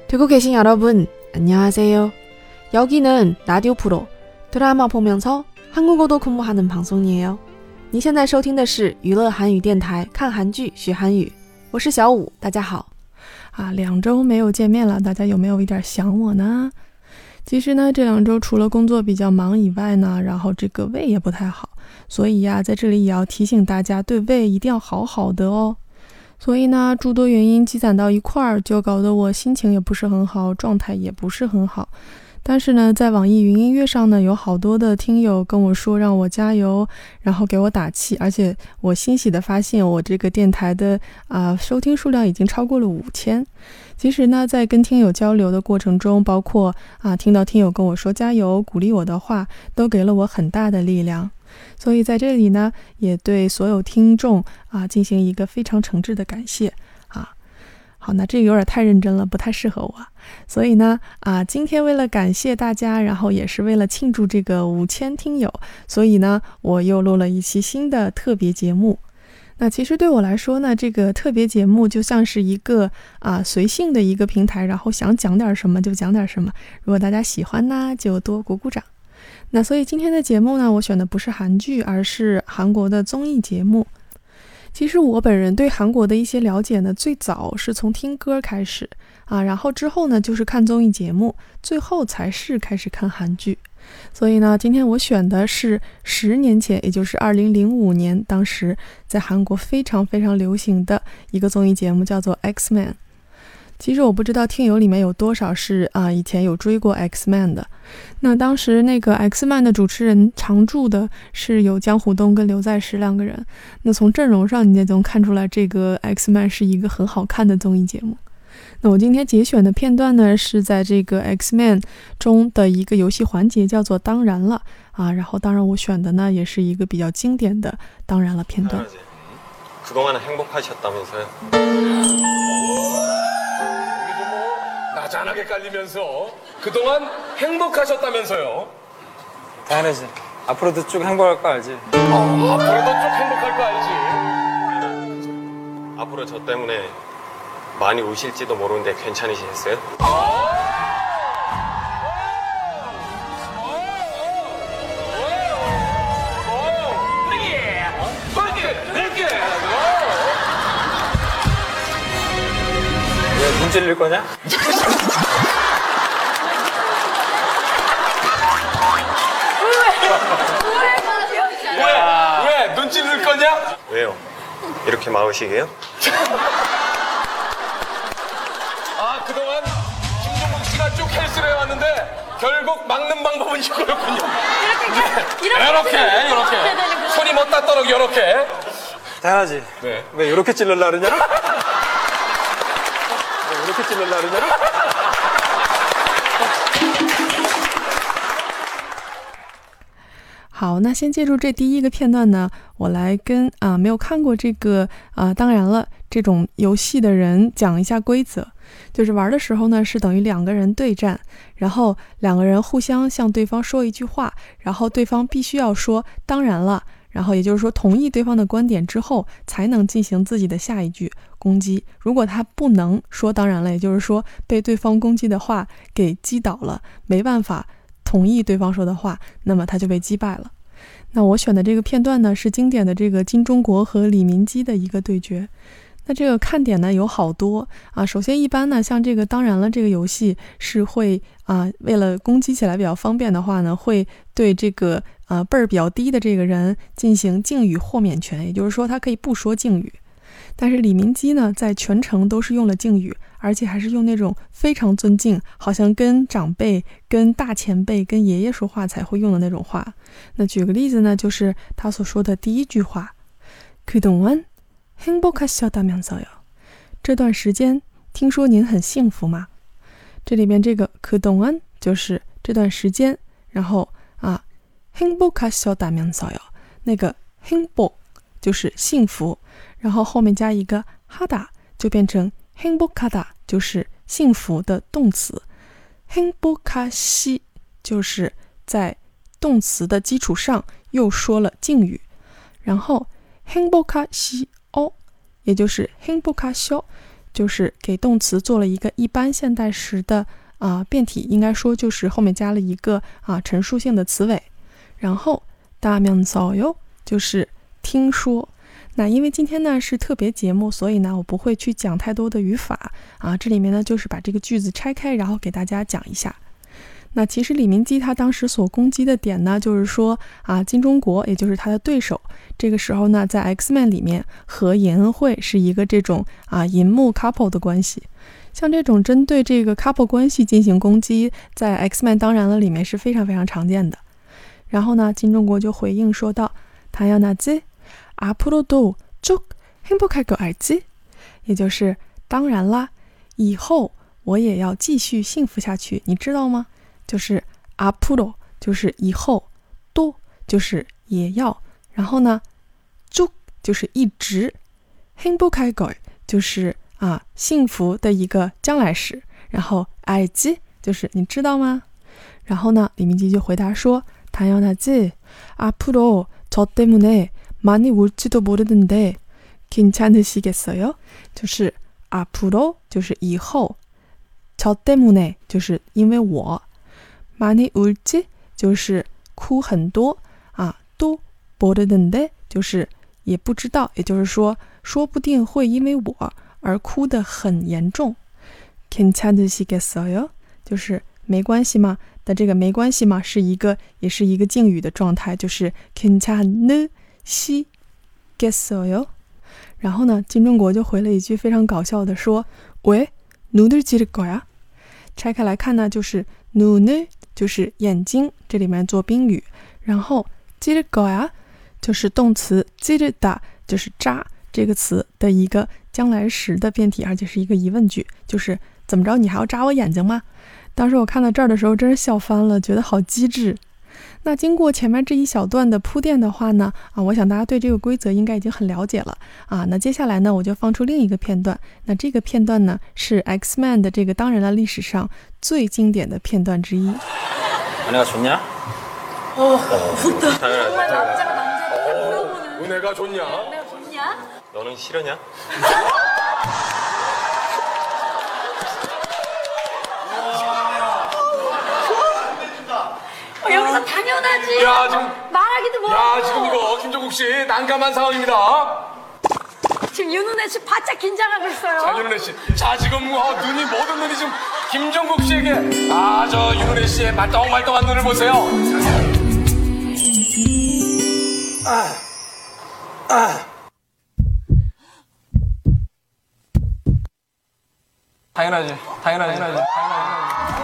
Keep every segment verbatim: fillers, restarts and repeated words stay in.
듣고 계신 여러분, 안녕하세요. 여기는 라디오 프로 드라마 보면서 한국어도 공부하는 방송이에요. 你现在收听的是娱乐韩语电台，看韩剧学韩语，我是小五，大家好。啊，两周没有见面了，大家有没有一点想我呢？其实呢，这两周除了工作比较忙以外呢，然后这个胃也不太好，所以呀，在这里也要提醒大家，对胃一定要好好的哦。所以呢，诸多原因积攒到一块儿，就搞得我心情也不是很好，状态也不是很好。但是呢，在网易云音乐上呢，有好多的听友跟我说让我加油，然后给我打气，而且我欣喜的发现我这个电台的啊、呃、收听数量已经超过了五千。其实呢，在跟听友交流的过程中，包括啊听到听友跟我说加油、鼓励我的话，都给了我很大的力量。所以在这里呢，也对所有听众啊进行一个非常诚挚的感谢啊。好，那这个有点太认真了，不太适合我。所以呢，啊，今天为了感谢大家，然后也是为了庆祝这个五千听友，所以呢，我又录了一期新的特别节目。那其实对我来说呢，这个特别节目就像是一个啊随性的一个平台，然后想讲点什么就讲点什么。如果大家喜欢呢，就多鼓鼓掌。那所以今天的节目呢，我选的不是韩剧，而是韩国的综艺节目。其实我本人对韩国的一些了解呢，最早是从听歌开始啊，然后之后呢就是看综艺节目，最后才是开始看韩剧。所以呢，今天我选的是十年前，也就是二零零五年，当时在韩国非常非常流行的一个综艺节目，叫做 X-Men。其实我不知道听友里面有多少是啊以前有追过 X-Men 的。那当时那个 X-Men 的主持人常驻的是有江虎东跟刘在石两个人。那从阵容上你也能看出来，这个 X-Men 是一个很好看的综艺节目。那我今天节选的片段呢，是在这个 X-Men 中的一个游戏环节，叫做当然了啊。然后当然我选的呢，也是一个比较经典的当然了片段。 그동안은 행복하셨다면서요? 나잔하게 깔리면서 그동안 행복하셨다면서요? 당연하지. 앞으로도 쭉 행복할 거 알지? 어, 앞으로도 쭉 행복할 거 알지? 앞으로 저 때문에 많이 우실지도 모르는데 괜찮으시겠어요? 왜 눈 찔릴 거냐? 왜? 왜? 눈 찔릴 거냐? 왜요? 이렇게 마우시게요? 아, 그동안 김종국 씨가 쭉 헬스를 해왔는데 결국 막는 방법은 이거였군요. 이렇게, 이렇게, 이렇게, 이렇게. 손이 못다 떨어져, 이렇게. 당연하지. 네. 왜 이렇게 찔러려 그러냐? 왜 이렇게 찔러려 그러냐? 好，那先借助这第一个片段呢，我来跟啊、呃、没有看过这个啊、呃、当然了这种游戏的人讲一下规则。就是玩的时候呢，是等于两个人对战，然后两个人互相向对方说一句话，然后对方必须要说当然了，然后也就是说同意对方的观点之后，才能进行自己的下一句攻击。如果他不能说当然了，也就是说被对方攻击的话给击倒了，没办法同意对方说的话，那么他就被击败了。那我选的这个片段呢，是经典的这个金钟国和李民基的一个对决。那这个看点呢有好多啊，首先一般呢，像这个当然了这个游戏是会啊，为了攻击起来比较方便的话呢，会对这个啊辈儿比较低的这个人进行敬语豁免权，也就是说他可以不说敬语。但是李民基呢，在全程都是用了敬语，而且还是用那种非常尊敬，好像跟长辈、跟大前辈、跟爷爷说话才会用的那种话。那举个例子呢，就是他所说的第一句话，그동안 행복하셨다면서요。这段时间听说您很幸福吗？这里边这个그동안就是这段时间，然后啊행복하셨다면서요，那个행복就是幸福，然后后面加一个하다就变成행복하다，就是幸福的动词。행복하시就是在动词的基础上又说了敬语，然后행복하시오也就是행복하셔 就是给动词做了一个一般现代时的啊、呃、变体，应该说就是后面加了一个啊、呃、陈述性的词尾。然后따면서요就是听说。那因为今天呢是特别节目，所以呢我不会去讲太多的语法啊，这里面呢就是把这个句子拆开，然后给大家讲一下。那其实李明基他当时所攻击的点呢，就是说啊，金钟国也就是他的对手，这个时候呢在 X-Men 里面和尹恩惠是一个这种啊银幕 couple 的关系。像这种针对这个 couple 关系进行攻击，在 X-Men 当然了里面是非常非常常见的。然后呢金钟国就回应说道，당연하지 앞으로도 쭉 행복할 거 알지？也就是当然啦，以后我也要继续幸福下去，你知道吗？就是앞으로就是以后，또就是也要，然后呢쭉就是一直，행복할 거就是啊幸福的一个将来时，然后알지就是你知道吗？然后呢李明基就回答说，당연하지 앞으로 저 때문에 많이 울지도 모르는데 괜찮으시겠어요？就是앞으로就是以后，저 때문에就是因为我，많이 울지就是哭很多啊，또 모르는데就是也不知道，也就是说说不定会因为我而哭得很严重。괜찮으시겠어요？就是没关系吗？的这个没关系吗是一个也是一个敬语的状态，就是 괜찮으시겠어요？然后呢金钟国就回了一句非常搞笑的说，왜 눈을 찌를 거야？拆开来看呢，就是눈을就是眼睛，这里面做宾语，然后찌를 거야就是动词，찌르다就是扎这个词的一个将来时的变体，而且是一个疑问句，就是怎么着你还要扎我眼睛吗？当时我看到这儿的时候真是笑翻了，觉得好机智。那经过前面这一小段的铺垫的话呢，啊，我想大家对这个规则应该已经很了解了啊。那接下来呢，我就放出另一个片段。那这个片段呢，是 X-Men 的这个当然了历史上最经典的片段之一。 은혜가 좋냐? 어, 좋다. 당연하지. 정말 남자가 남자한테 물어보는. 은혜가 좋냐? 은혜가 좋냐? 너는 싫으냐? 어, 여기서 당연하지. 야, 지금 말하기도 뭐. 야, 지금 이거 김종국 씨 난감한 상황입니다. 지금 윤은혜 씨 바짝 긴장하고 있어요. 자, 윤은혜 씨. 자, 지금 어, 눈이 모든 눈이 지금 김종국 씨에게 아, 저 윤은혜 씨의 말똥말똥한 눈을 보세요. 아, 아. 당연하지. 당연하지. 당연하지. 당연하지.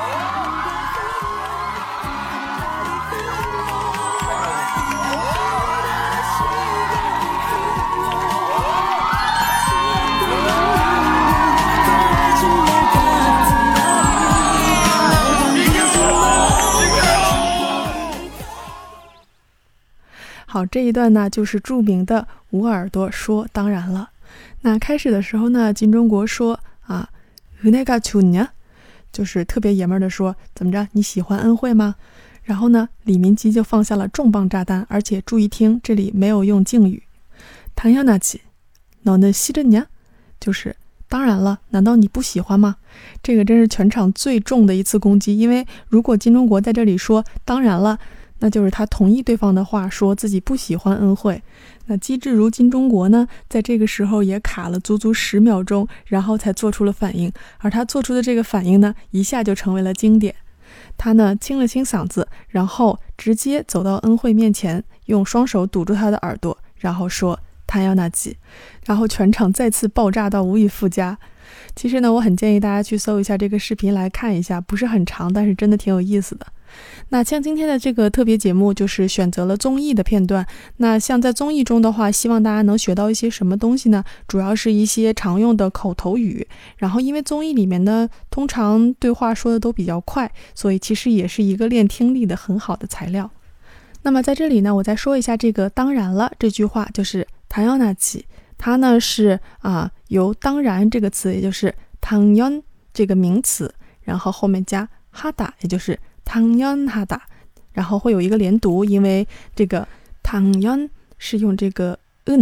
好，这一段呢就是著名的捂耳朵说当然了。那开始的时候呢，金钟国说啊，은혜가 좋냐，就是特别爷们儿的说，怎么着，你喜欢恩惠吗？然后呢，李民基就放下了重磅炸弹，而且注意听，这里没有用敬语。당연하지，너는 싫으냐？就是当然了，难道你不喜欢吗？这个真是全场最重的一次攻击，因为如果金钟国在这里说当然了，那就是他同意对方的话，说自己不喜欢恩惠。那机智如金钟国呢，在这个时候也卡了足足十秒钟，然后才做出了反应。而他做出的这个反应呢，一下就成为了经典。他呢清了清嗓子，然后直接走到恩惠面前，用双手堵住他的耳朵，然后说당연하지，然后全场再次爆炸到无以复加。其实呢，我很建议大家去搜一下这个视频来看一下，不是很长，但是真的挺有意思的。那像今天的这个特别节目就是选择了综艺的片段，那像在综艺中的话，希望大家能学到一些什么东西呢？主要是一些常用的口头语，然后因为综艺里面呢通常对话说的都比较快，所以其实也是一个练听力的很好的材料。那么在这里呢，我再说一下这个当然了这句话，就是당연하지，它呢是啊由当然这个词，也就是당연这个名词，然后後面加하다，也就是당연하다，然后会有一个连读，因为这个당연是用这个은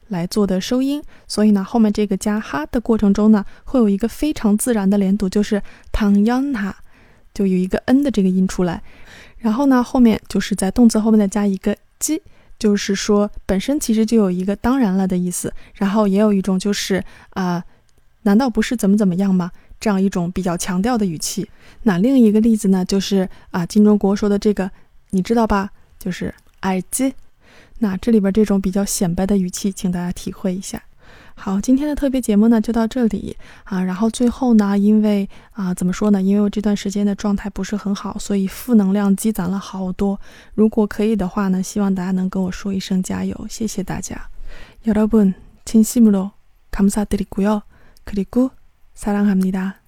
来做的收音，所以呢后面这个加哈的过程中呢会有一个非常自然的连读，就是唐央哈，就有一个 n 的这个音出来，然后呢后面就是在动词后面再加一个지，就是说本身其实就有一个当然了的意思，然后也有一种就是啊、呃，难道不是怎么怎么样吗？这样一种比较强调的语气。那另一个例子呢，就是啊金钟国说的这个你知道吧，就是알지。那这里边这种比较显摆的语气，请大家体会一下。好，今天的特别节目呢就到这里啊。然后最后呢，因为啊怎么说呢，因为我这段时间的状态不是很好，所以负能量积攒了好多。如果可以的话呢，希望大家能跟我说一声加油，谢谢大家。여러분 진심으로 감사드리고요. 그리고 사랑합니다.